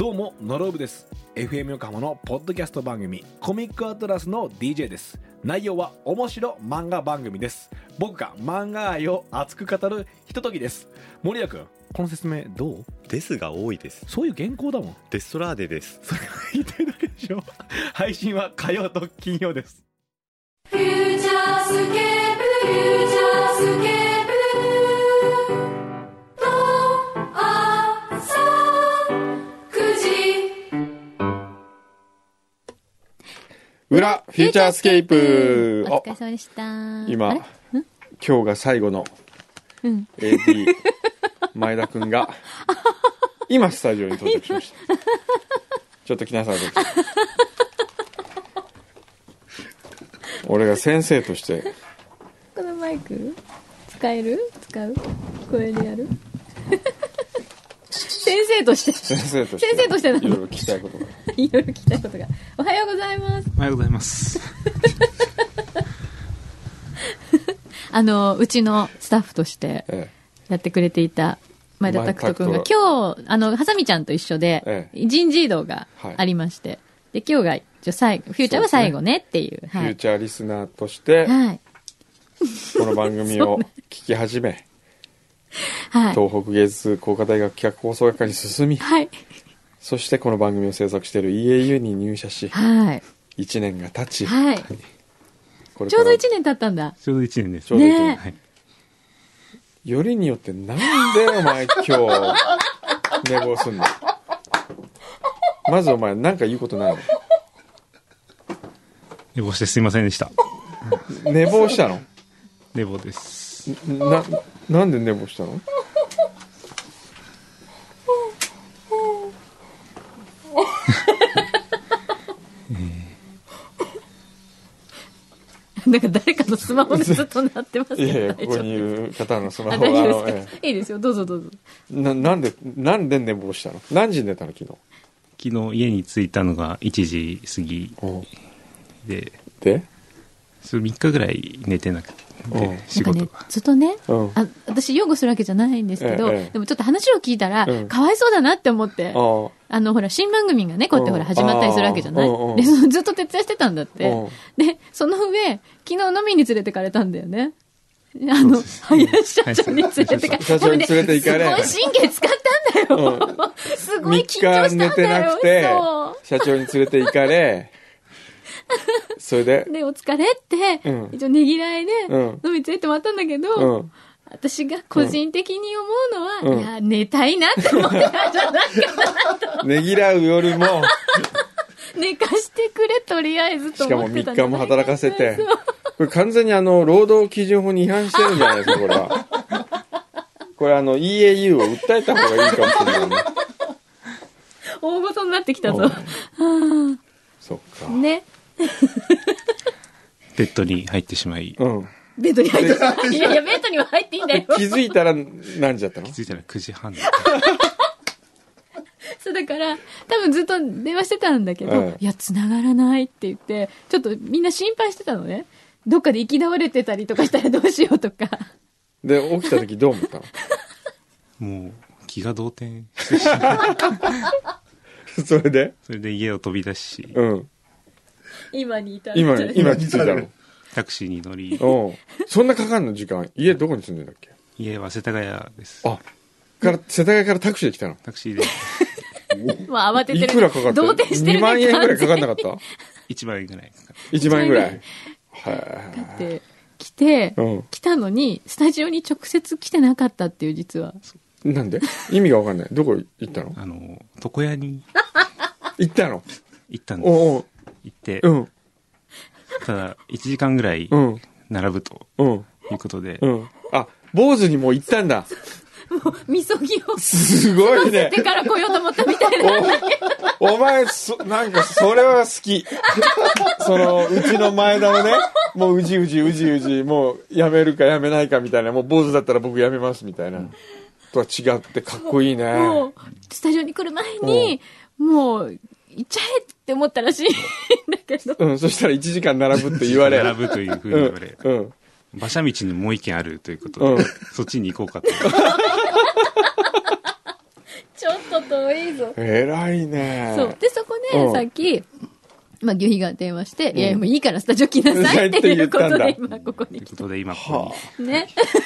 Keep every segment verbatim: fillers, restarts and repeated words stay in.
どうもノロブです。 エフエム 横浜のポッドキャスト番組コミックアトラスの ディージェー です。内容は面白漫画番組です。僕が漫画愛を熱く語るひとときです。森谷君、この説明どう？ ですが多いです。 そういう原稿だもん。 デストラーデです。 それが言いたいだけでしょ。配信は火曜と金曜です。 フューチャースケープフューチャースケープ裏フューチャースケープ。 お疲れ様でした。 今今日が最後の エーディー 前田くんが今スタジオに到着しました。ちょっと来なさい。俺が先生としてこのマイク使える？使う？これでやる？先生として先生として先生としていろいろいろ聞きたいことがいろいろ聞きたいことが。おはようございます。 おはようございます。 あのうちのスタッフとしてやってくれていた前田拓人君が今日あのハサミちゃんと一緒で人事異動がありまして、はい、で今日がじゃ最後フューチャーは最後ねっていう、はい、 フューチャーリスナーとして、はい、この番組を聞き始めはい、東北芸術工科大学企画放送学科に進み、はい、そしてこの番組を制作している イーエーユー に入社し、はい、いちねんが経ち、はい、 これちょうどいちねん経ったんだ。 ちょうどいちねんです。 ちょうどいちねん、ねはい、よりによってなんでお前今日寝坊すんの？まずお前なんか言うことないの？ 寝坊してすいませんでした。 寝坊したの？ 寝坊です。 な、なんで寝坊したの？ なんか誰かのスマホがずっと鳴ってますけど。 いやいや、ここにいる方のスマホが。大丈夫ですか？いいですよ、どうぞどうぞ。 な、なんで、なんで寝坊したの？何時に寝たの昨日？昨日家に着いたのがいちじ過ぎで。 で？ それみっかぐらい寝てなくて。仕事なんかね、ずっとね、うん、あ私擁護するわけじゃないんですけど、ええ、でもちょっと話を聞いたら、うん、かわいそうだなって思って、あのほら新番組がねこうやってほら始まったりするわけじゃない。でずっと徹夜してたんだって。でその上昨日飲みに連れてかれたんだよね。あの林社長に連れてかれ社長に連れて行かれ、 すごい神経使ったんだよ。うん、すごい緊張したんだよ。みっか寝てなくて社長に連れて行かれ。それででお疲れって、うん、一応ねぎらいで、うん、飲み連れてもらったんだけど、うん、私が個人的に思うのは、うん、いや寝たいなって思ってたんじゃないかなと。 ねぎらう夜も寝かしてくれとりあえずと思ってたんじゃないかな。しかもみっかも働かせてこれ完全にあの労働基準法に違反してるんじゃないですかこれは。これあの イーエーユー を訴えた方がいいかもしれないね。 大ごとになってきたぞ。はあ、 そっかね。 ベッドに入ってしまい、 うん、ベッドに入ってしまいいやいやベッドには入っていいんだよ。 気づいたら何時だったの？ 気づいたらくじはんだった。 そうだから多分ずっと電話してたんだけど、うん、いや繋がらないって言ってちょっとみんな心配してたのね。どっかで行き倒れてたりとかしたらどうしようとかで起きた時どう思ったの？ もう気が動転してしまう。それでそれで家を飛び出し、 うん今にいた今今に着いたの？ タクシーに乗り。 おそんなかかんの時間？家どこに住んでんだっけ？ 家は世田谷です。 あから世田谷からタクシーで来たの？ タクシーで。 もう慌ててる。 いくらかかった？ 動転してる、ね。 にまんえんぐらいかかんなかった？ いちまんえんぐらいかかった。 いちまんえんぐらい。 はい。だって来て、うん、来たのにスタジオに直接来てなかったっていう実は。 なんで？意味がわかんない。どこ行ったの？ あの床屋に行ったの？ 行ったんです。おうおう行って、うん、ただいちじかんぐらい並ぶということで、 うんうん、あ、坊主にもう行ったんだ。 もうみそぎをすごいね。 てから来ようと思ったみたいなんだけどお, お前そなんかそれは好き。そのうちの前田のね、もううじうじうじうじもうやめるかやめないかみたいな、もう坊主だったら僕やめますみたいな、うん、とは違ってかっこいいね。 もうスタジオに来る前に、うん、もう行っちゃえって思ったらしいんだけど、 うん、そしたらいちじかん並ぶって言われ並ぶというふうに言われ、うんうん、馬車道にもう一軒あるということで、うん、そっちに行こうかとちょっと遠いぞ。 偉いね。 そう。で、そこで、さっき、まあ、牛皮が電話して、いや、もういいからスタジオ来なさいっていうことで、今、ここに来て。 ということで、今、ここに。 ね。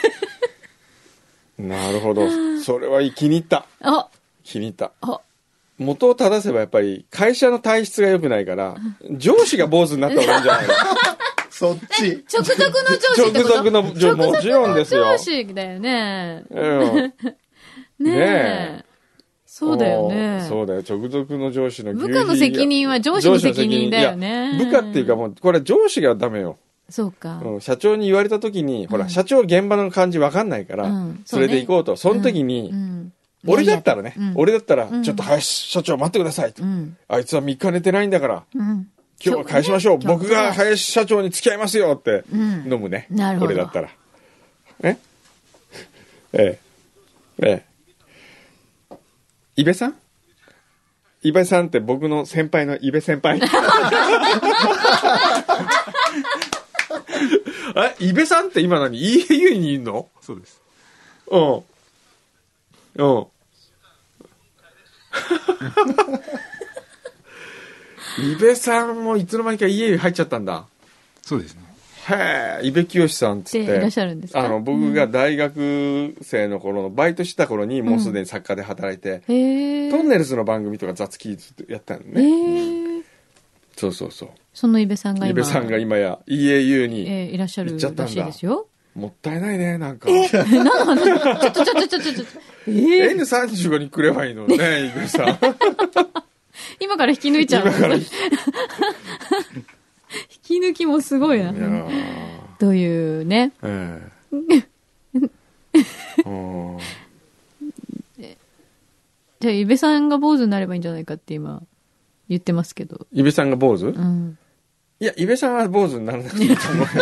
なるほど。それは気に入った。 あ気に入った。あ元を正せばやっぱり会社の体質が良くないから、上司が坊主になった方がいいんじゃないのそっち。 直属の上司ってこと？ 直属の上司、もちろんですよ。 上司だよね。 うん。 ねえ。そうだよね。 そうだよ。直属の上司の部下の責任は上司の責任だよね。 部下っていうかもう、これ上司がダメよ。 そうか。 うん、社長に言われた時に、ほら、社長現場の感じわかんないから、それで行こうと。その時に、俺だったらね、俺だったら、ちょっと林社長待ってください。あいつはみっか寝てないんだから、今日は返しましょう。僕が林社長に付き合いますよって飲むね。なるほど。俺だったら。えええ。ええ。イベさんイベさんって僕の先輩のイベ先輩。あ、イベさんって今何 イーエーユー にいんの？ そうです。 うん。うん。イベさんもいつの間にか イーエーユー 入っちゃったんだ。 そうですね。 へえ、イベキヨシさんっつって。 いらっしゃるんですか？ あの、僕が大学生の頃の、バイトした頃にもうすでに作家で働いて、 うん、 トンネルズの番組とか雑記やったのね。そうそうそう。 そのイベさんが今。 イベさんが今や イーエーユー に、 えー、いらっしゃるらしいですよ。 もったいないね、なんか。 え何の話ちょっとちょっとちょっとちょっと。えー、 エヌさんじゅうご に来ればいいのね、イベさん。 今から引き抜いちゃう。今から引き抜きもすごいな。いやというね。えー、じゃあ、イベさんが坊主になればいいんじゃないかって今言ってますけど。 イベさんが坊主？うん。いや、イベさんは坊主にならなくていいと思うよ。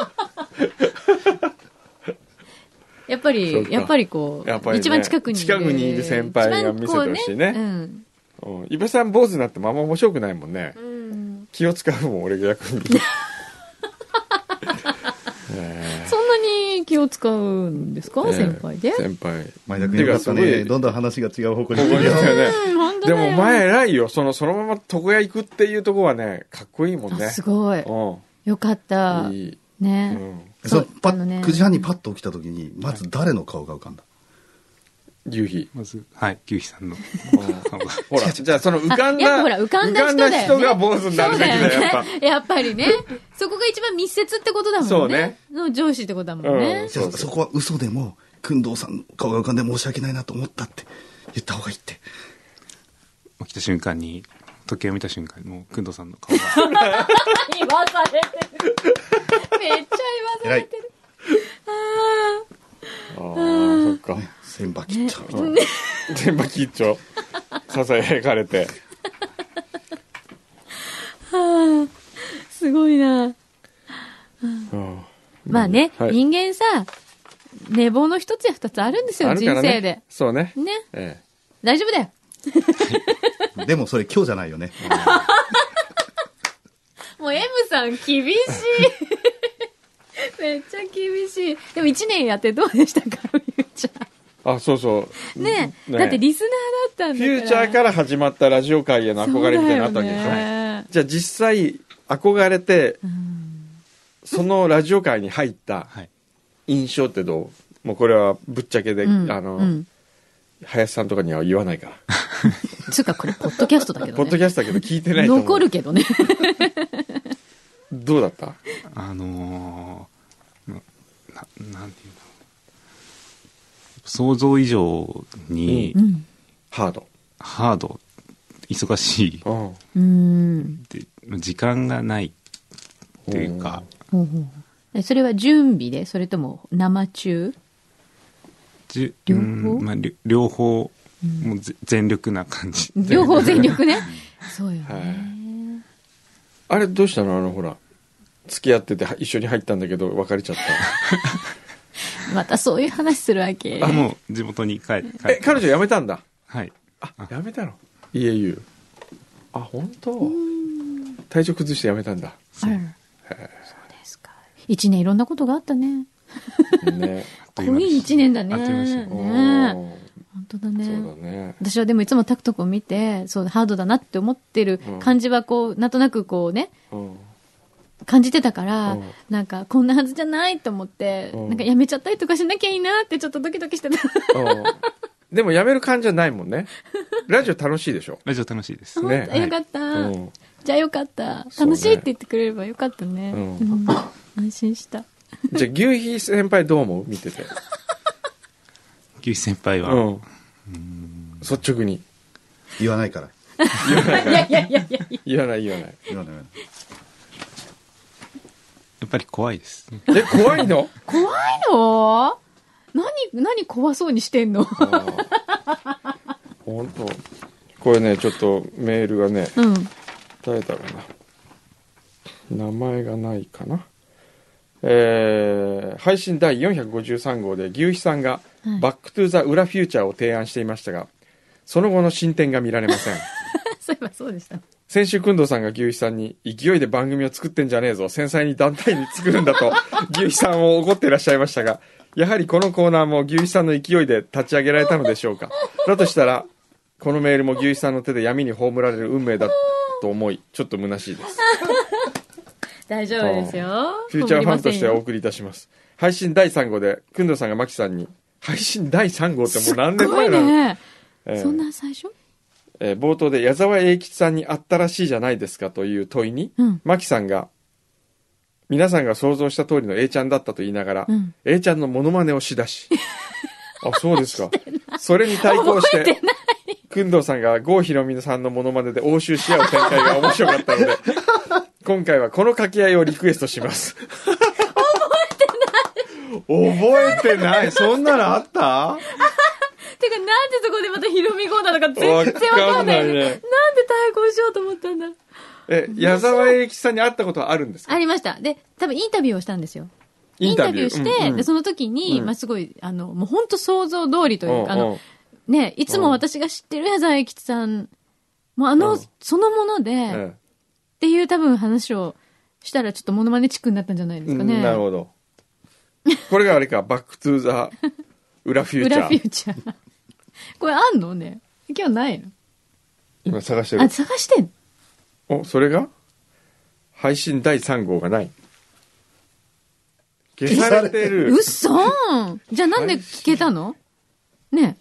やっぱり、やっぱりこう、やっぱりね、一番近くにいる。 近くにいる先輩が見せてほしいね。うんうん、イベさん坊主になってもあんま面白くないもんね。うん、気を使うもん、俺が逆に。 そんなに気を使うんですか、えー、先輩で先輩。 前田君よかったね。どんどん話が違う方向に行ってるよね。でも前偉いよ。その、そのまま床屋行くっていうとこはね、かっこいいもんね。 すごい。うん、よかった。いいね。 うん、そうパッ、ね、くじはんにパッと起きた時に、まず誰の顔が浮かんだ？ 牛皮。 まず、はい、牛皮さんの。 ほら、じゃあその浮かんだ、 ほら浮かんだ人だよ、ね、 人が坊主になるべきだよ、やっぱ。 やっぱりね。そこが一番密接ってことだもんね。そうね。の上司ってことだもんね。 うん、そ, そこは嘘でも、工藤さんの顔が浮かんで申し訳ないなと思ったって言った方がいいって。 起きた瞬間に、時計を見た瞬間に、もう、工藤さんの顔が。 言わされてる。めっちゃ言わされてる。 ああ、そっか。 千葉吉兆。 千葉吉兆。ささやかれて。 はあ、すごいな。はあ、まあね、はい、人間さ、寝坊の一つや二つあるんですよ、ね、人生で。 そうね。 ね。ええ、大丈夫だよ。 でもそれ今日じゃないよね。 もう M さん厳しい。めっちゃ厳しい。でも一年やってどうでしたか、フューチャー。 あ、そうそう。 ねえ、ね、だってリスナーだったんだから。 フューチャーから始まったラジオ界への憧れみたいになったわけでしょ。ね、じゃあ実際憧れて、うん、そのラジオ界に入った印象ってどう？もうこれはぶっちゃけで、うん、あの、うん、林さんとかには言わないから。 つうかこれポッドキャストだけどね。 ポッドキャストだけど聞いてないと思う。 残るけどね。 どうだった？ あのー、な、なんていうんだろう。想像以上に、 うん、ハード。 ハード。忙しい。 うん。 で、時間がないっていうか。 うん、それは準備で、それとも生中？ じゅ両方、まあ、両方、もう全力な感じ。 両方全力ね。そうよね、はい。 あれどうしたの？あのほら付き合ってて一緒に入ったんだけど別れちゃった。 またそういう話するわけ。 あ、もう地元に帰って。 え、彼女辞めたんだ。 はい。 あ、辞めたの？ イーエーユー。あ、本当。体調崩して辞めたんだ。あら。そうですか。一年いろんなことがあったね。 ね。 濃い一年だね。あっという間ですね。本本当だね。 そうだね。 私はでもいつもタクト君を見て、そう、ハードだなって思ってる感じはこう、なんとなくこうね、うん、感じてたから、うん、なんかこんなはずじゃないと思って、うん、なんかやめちゃったりとかしなきゃいいなってちょっとドキドキしてた。うん、 でもやめる感じじゃないもんね。ラジオ楽しいでしょ。 ラジオ楽しいです。 ね。よかった、はい、うん。じゃあよかった。楽しいって言ってくれればよかったね。うんうん、安心した。 じゃあ牛皮先輩どう思う？見てて。 牛皮先輩は、うん、うん率直に言わないから。 言わないから。 いやいやいやいや言わない言わない。言わない。 やっぱり怖いです。 え、怖いの？ 怖いの？何、何怖そうにしてんの？ 本当。これね、ちょっとメールがね、うん、誰だろうな。名前がないかな。えー、配信だいよんひゃくごじゅうさん号で牛皮さんが、はい、バックトゥーザ裏フューチャーを提案していましたが、その後の進展が見られません。 そういえばそうでした。 先週、くんどうさんが牛皮さんに、勢いで番組を作ってんじゃねえぞ、繊細に団体に作るんだと、牛皮さんを怒っていらっしゃいましたが、やはりこのコーナーも牛皮さんの勢いで立ち上げられたのでしょうか。だとしたら、このメールも牛皮さんの手で闇に葬られる運命だと思い、ちょっと虚しいです。 大丈夫ですよ。 フューチャーファンとしてお送りいたします。配信だいさん号で、くんどうさんがマキさんに、配信だいさん号ってもう何年前なの？ ねえー、そんな最初？ えー、冒頭で矢沢永吉さんに会ったらしいじゃないですかという問いに、うん、マキさんが、皆さんが想像した通りの A ちゃんだったと言いながら、うん、A ちゃんのモノマネをしだし、あ、そうですか。それに対抗して、くんどうさんが郷ひろみさんのモノマネで応酬し合う展開が面白かったので、今回はこの掛け合いをリクエストします。覚えてない。覚えてない。そんなのあった？ てか、なんでそこでまたヒロミ号なのか全然わかんない、ね。なんで対抗しようと思ったんだ。 え、矢沢永吉さんに会ったことはあるんですか？ ありました。で、多分インタビューをしたんですよ。インタビューして、うんうん、でその時に、うん、まあ、すごい、あの、もう本当想像通りというか、あの、ね、いつも私が知ってる矢沢永吉さん、もうあの、そのもので、うん、っていう多分話をしたらちょっとモノマネチックになったんじゃないですかね。 うん、なるほど。これがあれか、バックトゥーザ裏フューチャー。 裏フューチャー。これあんのね？今日ないの？ 今探してる。 あ、探してんの？お、それが配信だいさん号がない。消されてる。 うっそーん。じゃあなんで聞けたの？ね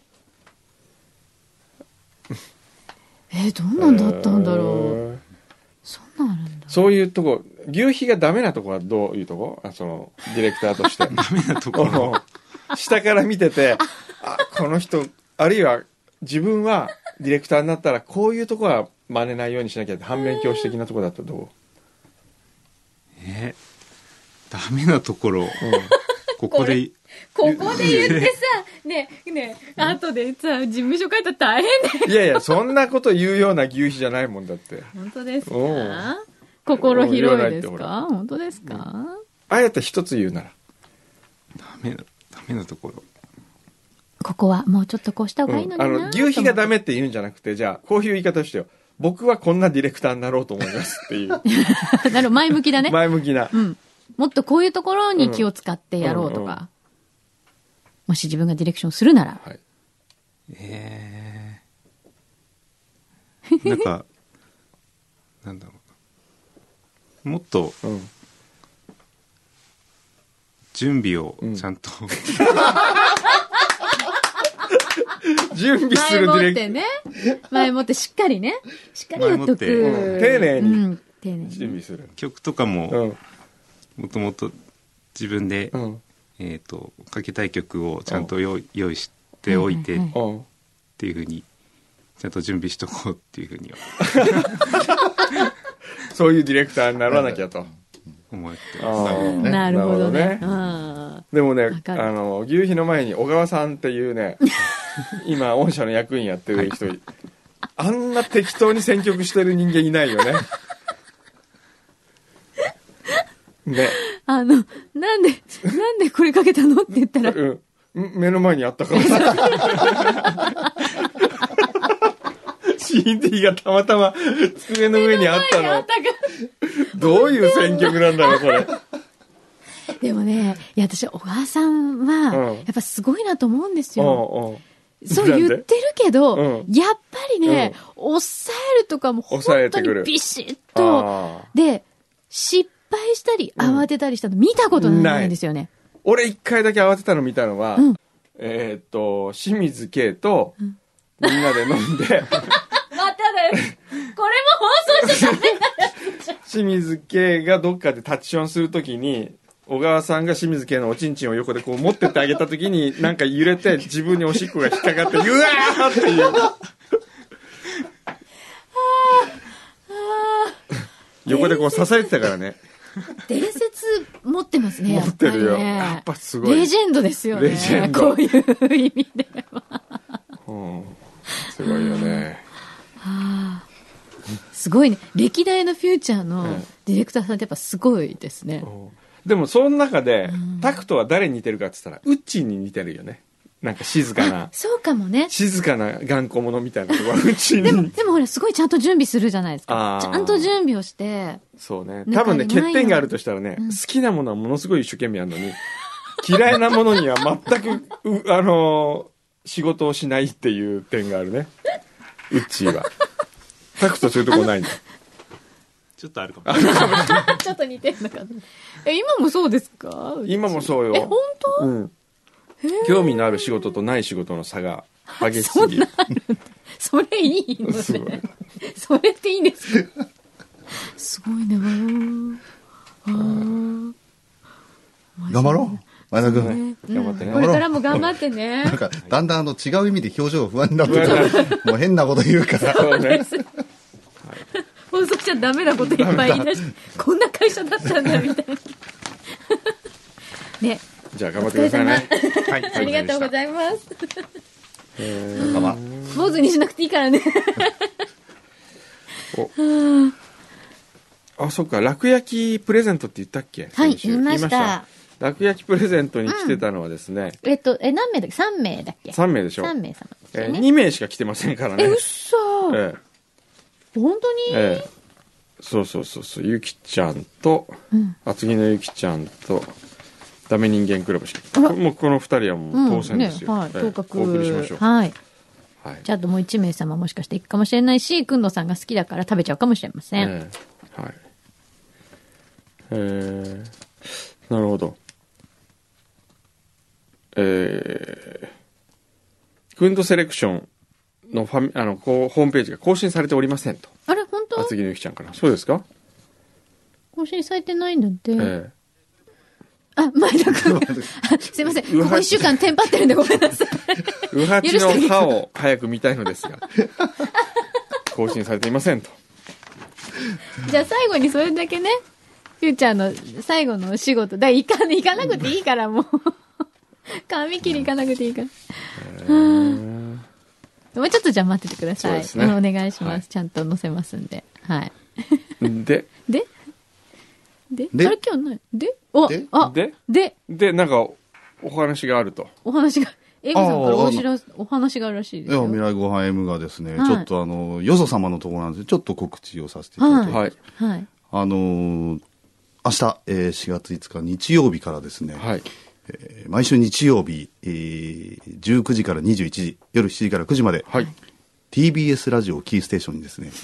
え。えー、どんなんだったんだろう。えー、そんなんあるんだ。 そういうとこ、牛皮がダメなとこはどういうとこ？あ、そのディレクターとして。 ダメなところ。 下から見てて、あ、この人、あるいは自分はディレクターになったらこういうとこは真似ないようにしなきゃって反面教師的なとこだとどう？ えー、ダメなところ、うん、ここでここで言ってさねえねえ後でさ事務所帰ったら大変だよ。 いやいやそんなこと言うような牛皮じゃないもんだって。 本当ですか？心広いですか？本当ですか？うん、 あえて一つ言うならダメなダメなところ、 ここはもうちょっとこうした方がいいのにな、うん、あの牛皮がダメって言うんじゃなくて、じゃあこういう言い方をしてよ。僕はこんなディレクターになろうと思いますっていう。 なる前向きだね。 前向きな、 うん。もっとこういうところに気を使ってやろうとか。うんうんうん、もし自分がディレクションするなら。はい、 えー、なんか、なんだろうな。もっと、うん、準備をちゃんと、うん、 準備するディレクター。 前もってね。前もってしっかりね。しっかりやっとく。 うん、丁寧に、うん、丁寧に準備する。 曲とかも、もともと自分で、うん、えっと、かけたい曲をちゃんと用意、用意しておいて、っていうふうに、ちゃんと準備しとこうっていうふうには。 そういうディレクターにならなきゃと。 思ってね、なるほどね。 でもね、あの牛皮の前に小川さんっていうね今御社の役員やってる人、はい、あんな適当に選曲してる人間いないよね。ね、 あのなんでなんでこれかけたのって言ったら、 うん、目の前にあったからさ。シーディー がたまたま机の上にあったの。どういう選曲なんだろうこれ。 でもね、いや私小川さんはやっぱすごいなと思うんですよ。 そう言ってるけど、うん、やっぱりね、うん、抑えるとかも本当にビシッと。で、失敗したり慌てたりしたの見たことないんですよね。 うん、俺一回だけ慌てたの見たのは、うん、えー、っと、清水圭とみんなで飲んで。まただよ。これも放送しちゃダメだよ。 清水圭がどっかでタッチションするときに、小川さんが清水圭のおちんちんを横でこう持ってってあげたときに、なんか揺れて自分におしっこが引っかかって、うわーっていう。横でこう支えてたからね。 伝説持ってますね。 持ってるよ。やっぱすごい。 レジェンドですよね。 レジェンド。 こういう意味では。 うん、すごいよね。 はあ、すごいね。歴代のフューチャーのディレクターさんってやっぱすごいですね。 うん、でもその中で、うん、タクトは誰に似てるかって言ったら、ウッチーに似てるよね。なんか静かな。 そうかもね。 静かな頑固者みたいなところはうちに。 でも、でもほら、すごいちゃんと準備するじゃないですか。ちゃんと準備をして。 そうね。多分ね、欠点があるとしたらね、うん、好きなものはものすごい一生懸命やるのに、嫌いなものには全く、あのー、仕事をしないっていう点があるね。うっちーは。タクトそういうとこないんだ。 ちょっとあるかもしれない。 ちょっと似てるのかな。え、今もそうですか？ 今もそうよ。 え、本当？ うん。興味のある仕事とない仕事の差が激しすぎる。 それいいのね。それっていいんですか？すごいね。 頑張ろう。前田君、 ね、頑張ってね。これからも頑張ってね。 なんかだんだんあの違う意味で表情が不安になってきて、もう変なこと言うから。 そうです。放送しちゃダメなこといっぱい言い出して、こんな会社だったんだみたいな。ね。 じゃあ頑張ってくださいね。 はい。ありがとうございます。 えー、 坊主にしなくていいからね。 あ、そっか。楽焼きプレゼントって言ったっけ？ はい、言いました。 楽焼きプレゼントに来てたのはですね。 うん、えっと、え、何名だっけ？さんめいだっけ？ さん 名でしょ。 さんめい様、ね。 えー、にめいしか来てませんからね。 え、うっそー。ええ、本当に？ ええ。そうそうそうそう。ゆきちゃんと、うん、厚木のゆきちゃんと、ダメ人間クラブしか。もうこの二人はもう当選ですよ。 うんね、はい。当確、 お送りしましょう。 はい。はい。じゃあ、あともういちめい様もしかして行くかもしれないし、くんのさんが好きだから食べちゃうかもしれません。 えー、はい。えー、なるほど。えー、くんどセレクションのファミ、あの、こう、ホームページが更新されておりませんと。 あれ、本当？ 厚木のゆきちゃんから。そうですか？ 更新されてないんだって。 えーあ、前田君。すいません。ここ一週間テンパってるんでごめんなさい。 うはちの歯を早く見たいのですが、更新されていませんと。 じゃあ最後にそれだけね、フューチャーの最後のお仕事。だから行か、行かなくていいからもう。髪切り行かなくていいから。もうちょっとじゃあ待っててください。そうですね。お願いします。はい、ちゃんと載せますんで。はい。 でででであれ今日ないでおであでででなんかお話があると。 お話がエグさんからお知らお話があるらしいですよ。 いや未来ごはん M がですね、はい、ちょっとあのよそ様のところなんでちょっと告知をさせていただいて、 はいはい、 あのー、明日、えー、しがついつか日曜日からですね、 はい、 えー、毎週日曜日、えー、じゅうくじからにじゅういちじ、夜しちじからくじまで、 はい、 ティービーエス ラジオキーステーションにですね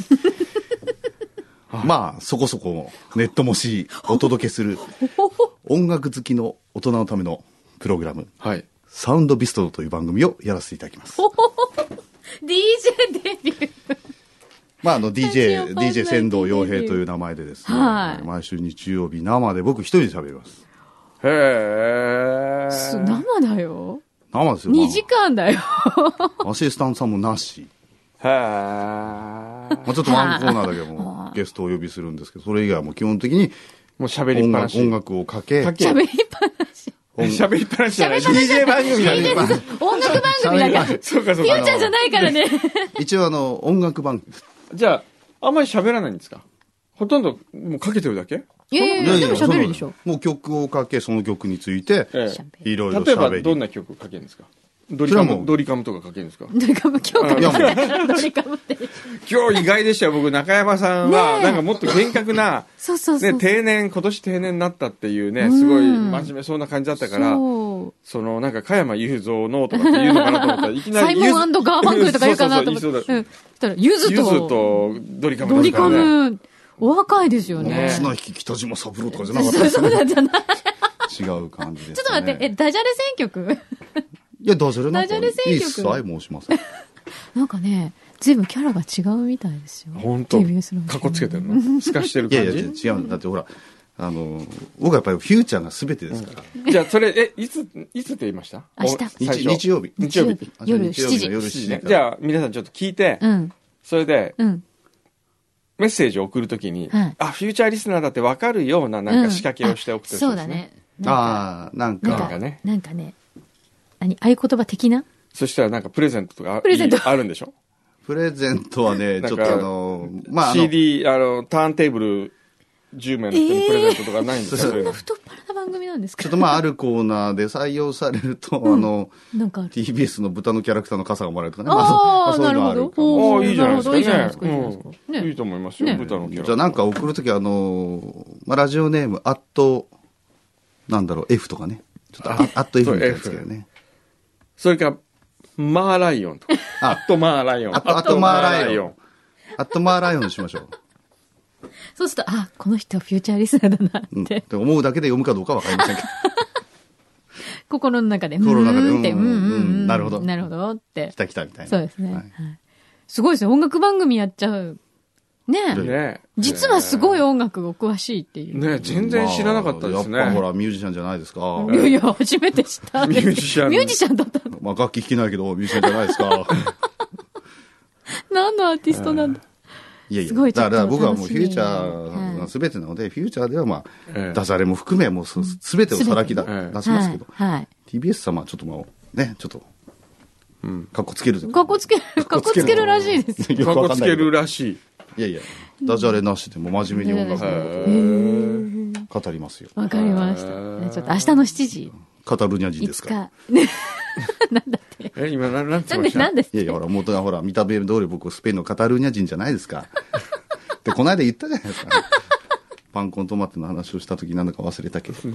まあそこそこネット模試お届けする音楽好きの大人のためのプログラム、 はい、 サウンドビストロという番組をやらせていただきます。 ディージェー デビューまああの ディージェー ディージェー 仙道洋平という名前でですね、はい、毎週日曜日生で僕一人で喋ります。 へえ。 生だよ。 生ですよ。 にじかんだよ。 アシスタントさんもなし。 へえ。まあちょっとワンコーナーだけもゲストをお呼びするんですけど、それ以外はもう基本的にもう喋りっぱなし。 音楽をかけ。 喋りっぱなし。 喋りっぱなしじゃない。ディージェー 番組だね。 音楽番組だから。 そうかそうか。 フューチャーじゃないからね。 一応あの、音楽番組。 じゃあ、あんまり喋らないんですか？ほとんどもうかけてるだけ？ いやいやいや、でも喋るでしょ。 もう曲をかけ、その曲について、いろいろ喋り。 例えばどんな曲かけるんですか？ドリカム、ドリカムとかかけるんですか？ ドリカム、今日からドリカムって。 今日意外でしたよ。僕、中山さんは、なんかもっと厳格な、 そうそうそう。 ね、定年、今年定年になったっていうね、すごい真面目そうな感じだったから、 そのなんか加山雄三のとかって言うのかなと思ったらいきなりサイモン&ガーファンクルとか言うかなと思って。そうそうそう、うん。そしたら、ゆずと、 ゆずとドリカムドリカム。お若いですよね。 綱引き北島三郎とかじゃなかったですね。 そうなんじゃない違う感じですね。 ちょっと待って、え、ダジャレ選曲いや、ダジャレなんかダジャレ選曲一切申しません。 なんかね、随分キャラが違うみたいですよ。 本当。かっこつけてるの透かしてる感じ。 いやいや、違う。だってほら、あの、僕はやっぱりフューチャーが全てですから。 うん、じゃあ、それ、え、いつ、いつって言いました明日。 日曜日。 日曜日。夜しちじ。 夜しちじね。 じゃあ、皆さんちょっと聞いて、うん、それで、うん、メッセージを送るときに、はい、あ、フューチャーリスナーだって分かるようななんか仕掛けをしておくと、ね、 そうだね。 ああ、なんか。 なんかね。なんかね。何合言葉的なそしたらなんかプレゼントとかあるんでしょプレゼントはね、ちょっとあの、 まあ、シーディー、あの、ターンテーブルじゅうめいの人にプレゼントとかないんですか、 そんな太っ腹な番組なんですかちょっとまあ、あるコーナーで採用されると、あの、なんか ティービーエス の豚のキャラクターの傘がもらえるとかね。 ああ、なるほど。 ああ、いいじゃないですか。いいじゃないですか。いいと思いますよ、豚のキャラクター。 じゃあなんか送るときは、あの、まあ、ラジオネーム、アット、なんだろう、F とかね。ちょっと、アット F みたいなやつけどね。 それか、マーライオンとか。アットマーライオン。 アットマーライオン。アットマーライオンにしましょう。 そうすると、あ、この人はフューチャーリスナーだなって。うん、って思うだけで読むかどうかわかりませんけど。 心の中で。 心の中で。 うんって、うんうんうん。 なるほど。 なるほどって。 来た来たみたいな。 そうですね。はい、すごいですね。音楽番組やっちゃう。ねえ。ね実はすごい音楽が詳しいっていう。 ね全然知らなかったですね。 やっぱほら、ミュージシャンじゃないですか。 いやいや、初めて知った。 ミュージシャン。 ミュージシャンだったの。 まあ、楽器弾けないけど、ミュージシャンじゃないですか。 何のアーティストなんだ。 いやいや、だから僕はもうフューチャーが全てなので、フューチャーではまあ、ダジャレも含め、もう全てをさらき出しますけど、ティービーエス 様はちょっともう、ね、ちょっと、うん、かっこつける。 かっこつける、かっこつけるらしいです。 かっこつけるらしい。 いやいや、ダジャレなしでも真面目に音楽のことを語りますよ。 わかりました。ちょっと明日のしちじ。 カタルニャ人ですか。 なんだって。 え、今、なん、なんて言いました？ なんで、 いやいや、ほら、元がほら、見た目通り僕、スペインのカタルニャ人じゃないですか。で、この間言ったじゃないですか、ね。パンコントマテの話をした時なんだか忘れたけど。はい、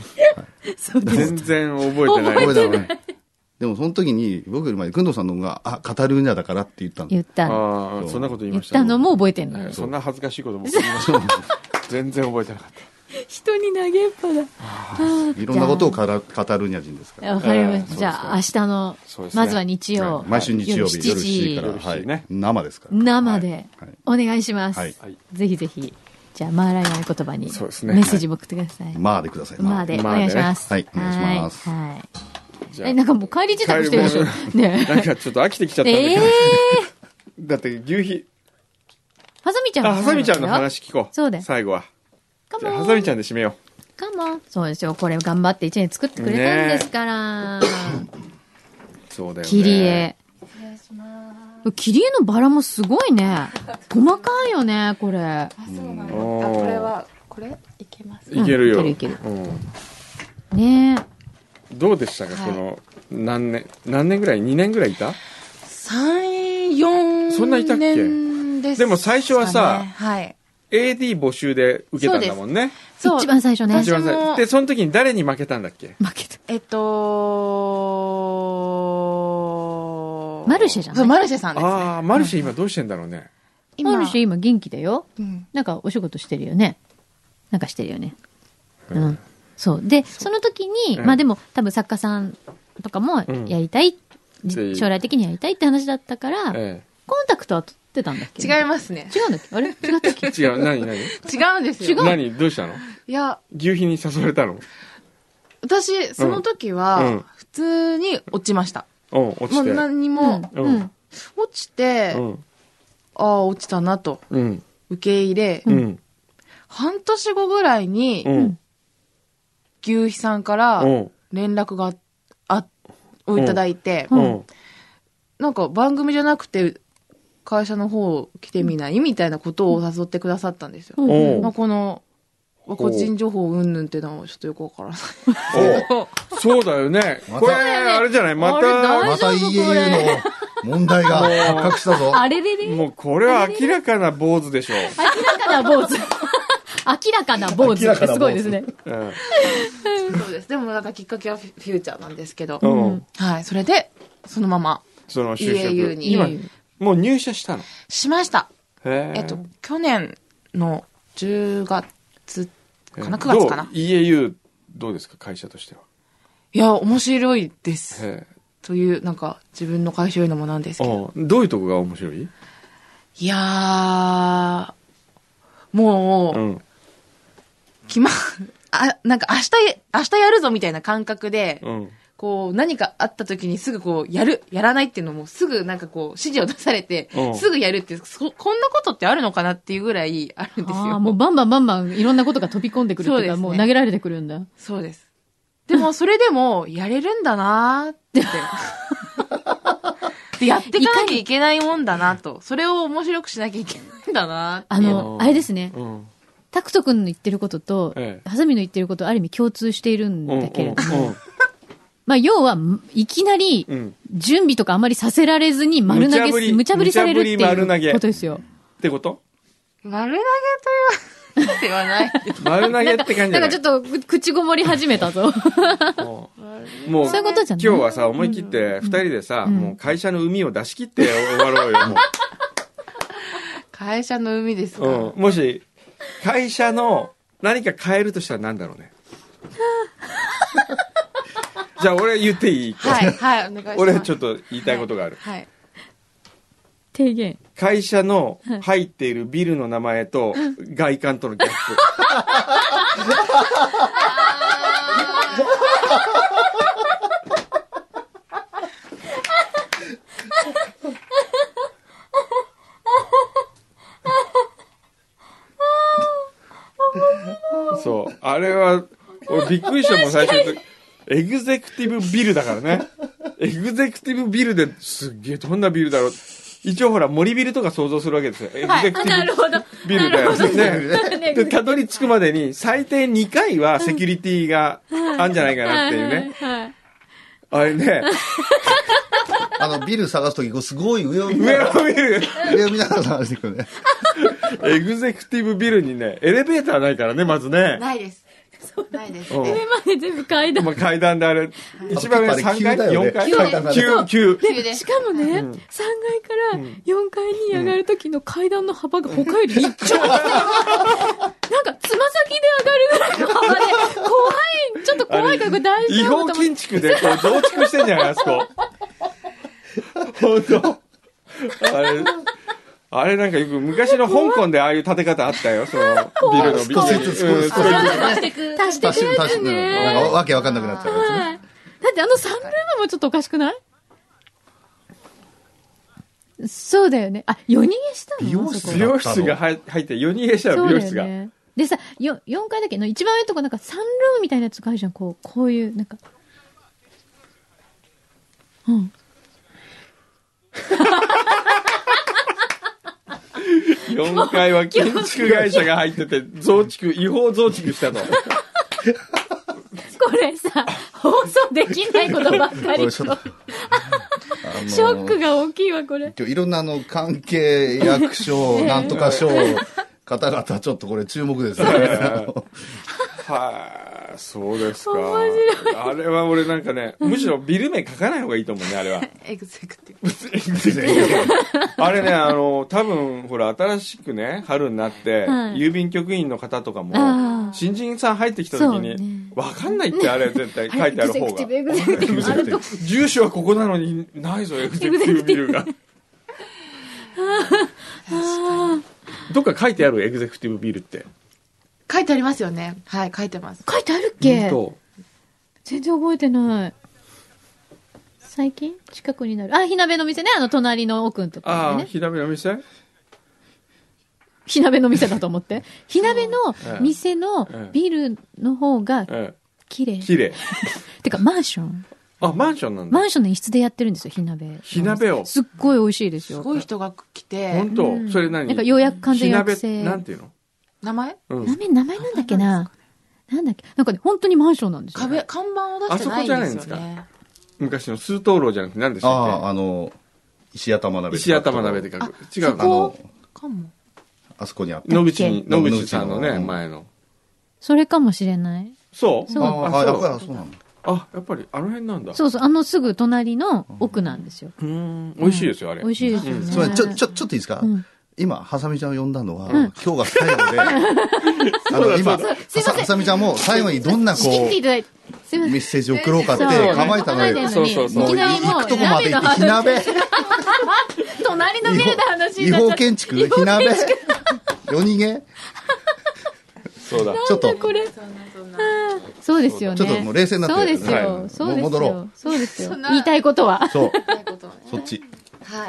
そうです。 全然覚えてない。覚えてない。 でもその時に、僕より前に、くんどさんの方が、あ、カタルーニャだからって言ったの。 言った。 ああ、そんなこと言いました。 言ったのも覚えてんの。 そんな恥ずかしいことも言いました。全然覚えてなかった。 人に投げっぱだ。 いろんなことをカタルーニャ人ですから。 わかりました。じゃあ、明日の、まずは日曜。 毎週日曜日夜しちじから、はい。生ですから。 生で、お願いします。ぜひぜひ。じゃあ、マーライオン言葉に、メッセージも送ってください。 マーでください。 マーで、お願いします。 はい、お願いします。 はい。え、なんかもう帰り自宅してるでしょ。ねなんかちょっと飽きてきちゃったんだけど。だって牛皮。 はさみちゃんあ、はさみちゃんの話聞こう。 そうだよ。 最後は。じゃあ、はさみちゃんで締めよう。かも。そうですよ。これ頑張って一年作ってくれたんですから。 そうだよね。 切り絵。失礼します。切り絵のバラもすごいね。細かいよね、これ。あ、 そうなの。あ、これは、これいけます。 いけるよ。 いけるいける。ねえ。 どうでしたか、この、何年、何年ぐらい ?に 年ぐらいいた ? さん、よん 年。 そんないたっけ？でも最初はさ、 はい。 エーディー 募集で受けたんだもんね。 そう。一番最初ね。 一番最初。で、その時に誰に負けたんだっけ？ 負けた。 えっと、 マルシェじゃない？ そう、マルシェさんですね。 ああ、マルシェ今どうしてんだろうね。 マルシェ今元気だよ。なんかお仕事してるよね。なんかしてるよね。うん。そう。で、その時に、まあでも多分作家さんとかもやりたい、将来的にやりたいって話だったから、コンタクトは取ってたんだっけ？ 違いますね。 違うんだっけ？あれ違ったっけ？ 違う、何何？違うんですよ。 違う。 何どうしたの？ いや、 牛皮に誘われたの？ 私、その時は、普通に落ちました。 うん、落ちて。 もう何にも、落ちて、ああ、落ちたなと、受け入れ、半年後ぐらいに、牛皮さんから連絡があをいただいて、なんか番組じゃなくて会社の方来てみないみたいなことを誘ってくださったんですよ。まあ、この個人情報うんぬんっていうのはちょっとよくわからない。 そうだよね。これあれじゃないまたまた イーエーユー の問題が発覚したぞ。 あれれれ。 もうこれは明らかな坊主でしょ。 明らかな坊主。明らかな坊主ってすごいですね。 そうです。でもなんかきっかけはフューチャーなんですけど、うん、はい。それで、そのまま、 その就職イーエーユー に。 今、もう入社したの？ しました。えっと、去年のじゅうがつかな、くがつかな。 イーエーユー どうですか、会社としては？ いや、面白いです。という、なんか、自分の会社よりのもなんですけど。 どういうとこが面白い？ いやー、もう、うん、決ま、あ、なんか明日、明日やるぞみたいな感覚で、うん、こう、何かあった時にすぐこう、やる、やらないっていうのもすぐなんかこう、指示を出されて、うん、すぐやるって、そ、こんなことってあるのかなっていうぐらいあるんですよ。 あ、もうバンバンバンバンいろんなことが飛び込んでくるっていうか、う、ね、もう投げられてくるんだ。 そうです。でも、それでも、やれるんだなーって。で、やっていかなきゃいけないもんだなと。それを面白くしなきゃいけないんだなって。 あの、あれですね。うん、タクト君の言ってることと、ええ、ハサミの言ってることある意味共通しているんだけれども。うんうん、まあ、要は、いきなり、準備とかあまりさせられずに丸投げ、無茶ぶりされるっていうことですよ。 ってこと？ 丸投げという。ではない。 丸投げって感じじゃない。 なんかちょっと口ごもり始めたぞ。 もう、もうそういうことじゃない。今日はさ、思い切って二人でさ、うん、もう会社の海を出し切って終わろうよ、もう。 会社の海ですか、 うん、もし、会社の何か変えるとしたら何だろうね。じゃあ俺言っていい？ はい、はい、お願いします。 俺ちょっと言いたいことがある。 はい。はい、 提言。 会社の入っているビルの名前と外観とのギャップ。そう。あれは、俺びっくりしたもん、最初。エグゼクティブビルだからね。エグゼクティブビルですっげえ、どんなビルだろう。一応ほら、森ビルとか想像するわけですよ。エグゼクティブビルで。ね。で、たどり着くまでに最低にかいはセキュリティがあるんじゃないかなっていうね。あれね。 あの、ビル探すとき、すごい上を見ながら。上を見る。 上を見ながら探していくね。 エグゼクティブビルにね、エレベーターないからね、まずね。 ないです。ないです。 上まで全部階段。 まあ階段であれ、一番上さんがい ?よん 階 ?きゅう、きゅう。 で、しかもね、さんがいからよんかいに上がるときの階段の幅が他より一丁。なんか、つま先で上がるぐらいの幅で、怖い、ちょっと怖いからこれ大丈夫。 違法建築でこう増築してんじゃないあそこ。ほんと。あれ。あれなんかよく昔の香港でああいう建て方あったよ、そのビルのビル。 少しずつ少しずつ。足してく。足してくやつね。 なんかわけわかんなくなっちゃうやつね。 だってあのサンルームもちょっとおかしくない？そうだよね。あ、夜逃げしたの？ 美容室美容室が入って夜逃げしたの、美容室が。 でさ、よ、よんかいだけの一番上のとこなんかサンルームみたいなやつがあるじゃん、こう、こういう、なんか。うん。 よんかいは建築会社が入ってて、増築、違法増築したの。これさ、放送できないことばっかりと。ショックが大きいわ、これ。 今日いろんなあの、関係役所、なんとか省、方々、ちょっとこれ注目ですね。 はい、そうですか。あれは俺なんかね、むしろビル名書かない方がいいと思うね、あれは。 エグゼクティブ。あれね、あの、多分、ほら、新しくね、春になって、郵便局員の方とかも、新人さん入ってきた時に、わかんないって、あれ絶対書いてある方が。住所はここなのに、ないぞ、エグゼクティブビルが。どっか書いてあるエグゼクティブビルって。 書いてありますよね。はい、書いてます。 書いてあるっけ？全然覚えてない。最近近くになる。あ、火鍋の店ね。あの、隣の奥のところ、ね。 ああ、火鍋の店？ 火鍋の店だと思って。火鍋の店のビルの方が綺麗。 綺麗。 てか、マンション。 あ、マンションなんだ。 マンションの一室でやってるんですよ、火鍋。 火鍋を。 すっごい美味しいですよ。 すごい人が来て。 本当、うん、それ何？ なんか予約完全予約制。 火鍋、なんていうの？ 名前？ うん、名前、名前なんだっけな。なんだっけ。なんかね、本当にマンションなんですよ、 ね。壁、看板を出してないんですよね。あそこじゃないんですか。 昔の数灯籠じゃなくて何でしたっけ？ ああ、あの、石頭鍋。 石頭鍋で書く。違う。 あの、かも。 あそこにあった。 野口に、野口さんのね、前の。 それかもしれない。 そうそう。 ああ、やっぱりそうなんだ。 あ、やっぱりあの辺なんだ。 そうそう、あのすぐ隣の奥なんですよ。 うん。美味しいですよ、あれ。 美味しいですよね。 つまり、ちょ、ちょ、ちょっといいですか、今、はさみちゃんを呼んだのは、今日が最後で、あの、今、はさみちゃんも最後にどんなこう、メッセージを送ろうかって考えたのよ。 そうそうそう。 行くとこまで行って、火鍋。 隣のビルで話違法建築、火鍋。夜逃げ。 そうだ。 ちょっと。 そうですよね。 ちょっともう冷静になって。 そうですよ。そうですよ。 戻ろう。 そうですよ。言いたいことは。 そう。そっち。 はい。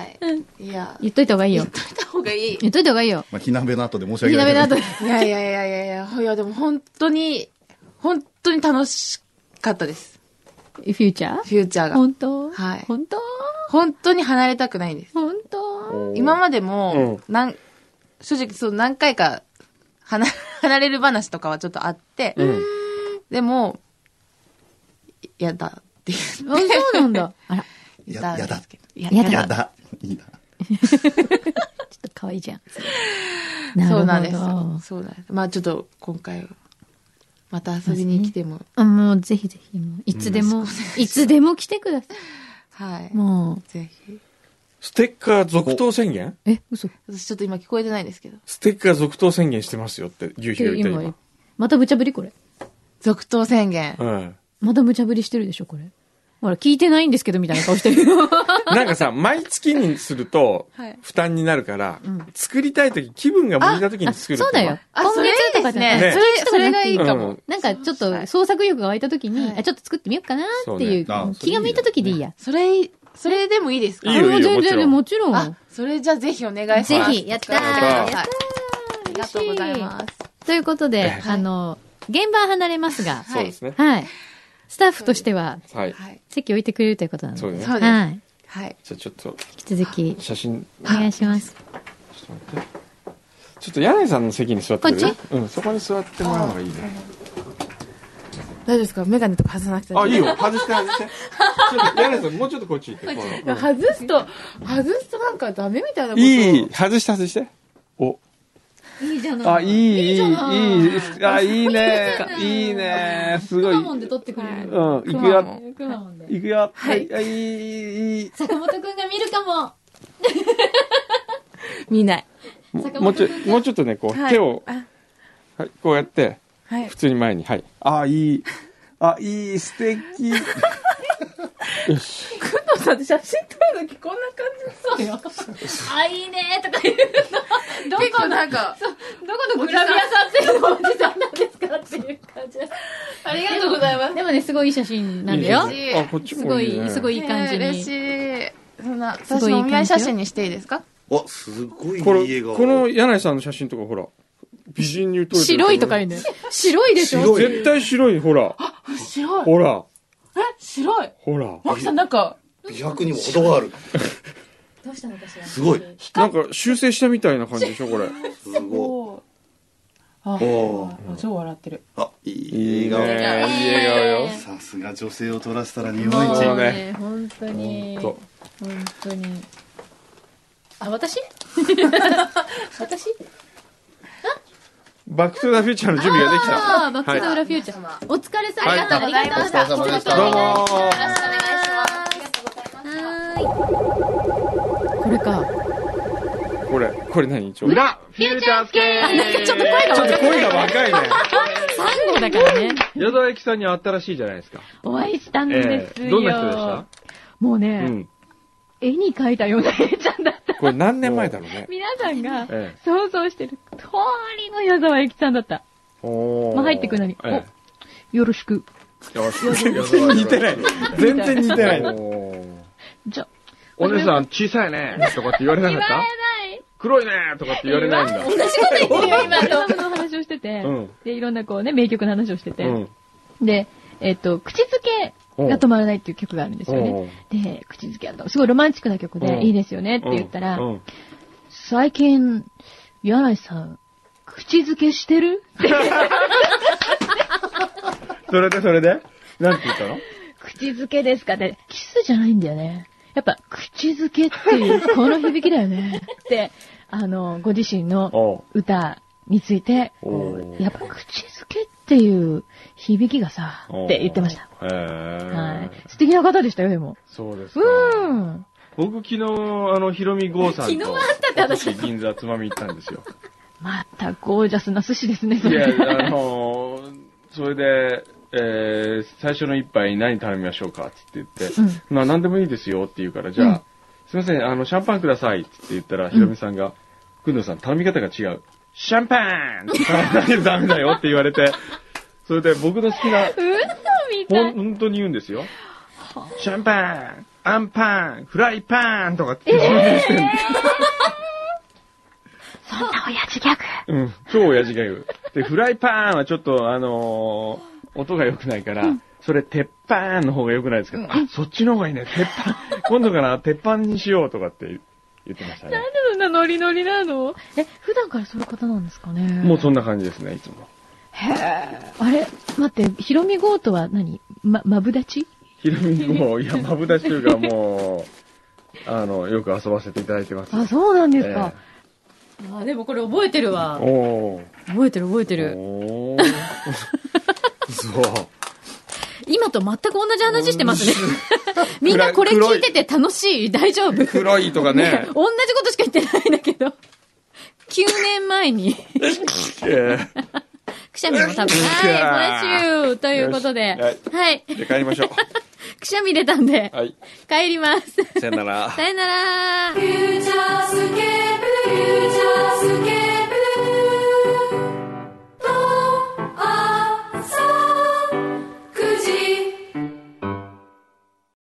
いや。 言っといた方がいいよ。 言っといた方がいい。 言っといた方がいいよ。 まあ、火鍋の後で申し訳ない。 火鍋の後で。 いやいやいやいやいや、いやでも本当に、本当に楽しかったです。 フューチャーフューチャーが。 本当はい。 本当本当に離れたくないんです。 本当今までも、なん、正直そう何回か離、離れる話とかはちょっとあって、うん、でも、やだっていう。 あ、そうなんだ。あら。 やだ。やだ。 やだ。 やだ。いいな。 ちょっと可愛いじゃん。 そうなんです。そうなんです。まあちょっと今回、また遊びに来ても。 あ、もうぜひぜひ、もういつでも、いつでも来てください。 はい。 もう。 ぜひ。 ステッカー続投宣言？ え、嘘。 私ちょっと今聞こえてないんですけど。 ステッカー続投宣言してますよって、牛皮が言った今。 また無茶ぶりこれ。 続投宣言。 うん。 また無茶ぶりしてるでしょ、これ。ほら、聞いてないんですけど、みたいな顔してるよ。 なんかさ、毎月にすると、負担になるから、作りたいとき、気分が向いたときに作ると。 そうだよ。今月とかね。 それ、それがいいかも。 なんか、ちょっと、創作意欲が湧いたときに、あ、ちょっと作ってみようかなっていう、気が向いたときでいいや。 それ、それでもいいですか？ いいよ、いいよ、 全然もちろん。 あ、それじゃあぜひお願いします。 ぜひ、やったー。 ありがとうございます。 ということで、あの、現場は離れますが、 そうですね。 はい。スタッフとしては、 はい、 席を置いてくれるということなので。 そうです。 はい。 はい。 じゃあちょっと、 引き続き、 写真、 お願いします。 ちょっと待って。ちょっと柳井さんの席に座ってくれる？ こっち？ うん、そこに座ってもらうのがいいね。 大丈夫ですか？メガネとか外さなくて。 あ、いいよ。外して外して。ちょっと、柳井さん、もうちょっとこっち行って。 外すと、外すとなんかダメみたいなこと。 いい、外して外して。お。 いいじゃない。 あ、いい、いい、いい。あ、いいね。いいね。すごい。 くまモンで撮ってくれる。 うん、行くよ。 くまモンで。 行くよ。 はい。 いい、いい。 坂本くんが見るかも。 見ない。 もうちょ、もうちょっとね、こう、手を、はい、こうやって、普通に前に、はい。あ、いい。あ、いい、素敵。よし。くんのさんって写真撮るときこんな感じそうよ。 あ、いいねとか言うの。 結構なんか、 どこのグラビア撮影のおじさんなんですかっていう感じです。 ありがとうございます。 でもね、すごいいい写真なんだよ。 あ、こっちもすごい、すごいいい感じに。 嬉しい。そんな、私のお見合い写真にしていいですか？ あ、すごいいい笑顔。この柳井さんの写真とかほら、美人に撮れてる。 白いとか言うんだよ。白いでしょ？ 絶対白い、ほら。 あ、白い。 ほら。 え、白い。 ほら。 マキさんなんか。 美白にも程がある。 どうしたのかしら。 すごい。 なんか修正したみたいな感じでしょ、これ。 すごい。 あ、超笑ってる。 あ、いい笑顔。 いい笑顔よ。 さすが女性を撮らせたら日本一。 一ね、本当に。本当に。あ、私私バックトゥザフューチャーの準備ができた。 ああ、バックトゥザフューチャー。お疲れ様でした。ありがとうございました。 お疲れ様でした。 どうも。 よろしくお願いします。 はい。これか。 これ、これ何？ 裏フューチャースケープ。 なんかちょっと声が若い。 ちょっと声が若いね。 さん号だからね。 矢沢永吉さんに会ったらしいじゃないですか。 お会いしたんですよ。 どんな人でした？ もうね、絵に描いたような絵ちゃんだった。 これ何年前だろうね。 皆さんが想像してる通りの矢沢永吉さんだった。まあ入ってくるのに、お、よろしく。 全然似てない。全然似てない。 じゃ、 お姉さん小さいねとかって言われなかった？ 言われない。 黒いねとかって言われないんだ。 同じこと言ってるよ、今。ドラムの話をしてて、で、いろんなこうね、名曲の話をしてて、で、えっと、口づけが止まらないっていう曲があるんですよね。で、口づけはすごいロマンチックな曲でいいですよねって言ったら、最近、柳井さん、口づけしてるってそれでそれでなんて言ったの？ 口づけですかって、キスじゃないんだよね。やっぱ、口づけっていう、この響きだよね。って、あの、ご自身の歌について、やっぱ口づけっっていう響きがさ、って言ってました。へー。はい。素敵な方でしたよ、でも。 そうですか。うん。僕昨日、あの、ひろみごうさんと、昨日あったって私。銀座つまみ行ったんですよ。 またゴージャスな寿司ですね、それ。 いや、あのー、それで、えー、最初の一杯何頼みましょうかって言って、うん、まあ何でもいいですよって言うから、じゃあ、うん、すいません、あの、シャンパンくださいって言ったら、ひろみさんが、くんどうさん頼み方が違う。シャンパンって頼まないとダメだよって言われて、それで僕の好きな、 嘘みたい。 ほん、本当に言うんですよ。シャンパン、アンパン、フライパンとかって言ってるんです。 そんな親父ギャグ。 うん、超親父ギャグ。で、フライパンはちょっと、あのー、音が良くないから、うん、それ、鉄板の方が良くないですか、うん、あ、そっちの方がいいね。鉄板、今度から鉄板にしようとかって言ってましたね。 なんでそんなノリノリなの？え、普段からそういう方なんですかね？ もうそんな感じですね、いつも。 へえ。あれ待って、ひろみごうとは何？ま、まぶだち？ ひろみごう、いや、まぶだちというかもう、あの、よく遊ばせていただいてます。 あ、そうなんですか。えー、あ、でもこれ覚えてるわ。 お覚えてる覚えてる。おそう。 今と全く同じ話してますね。みんなこれ聞いてて楽しい？大丈夫？ 黒いとかね。 ね、同じことしか言ってないんだけど。きゅうねんまえに。くしゃみも多分。はい、フレッシュということで。はい。 で、帰りましょう。 くしゃみ出たんで。はい。帰ります。 さよなら。 さよなら。 フューチャースケープ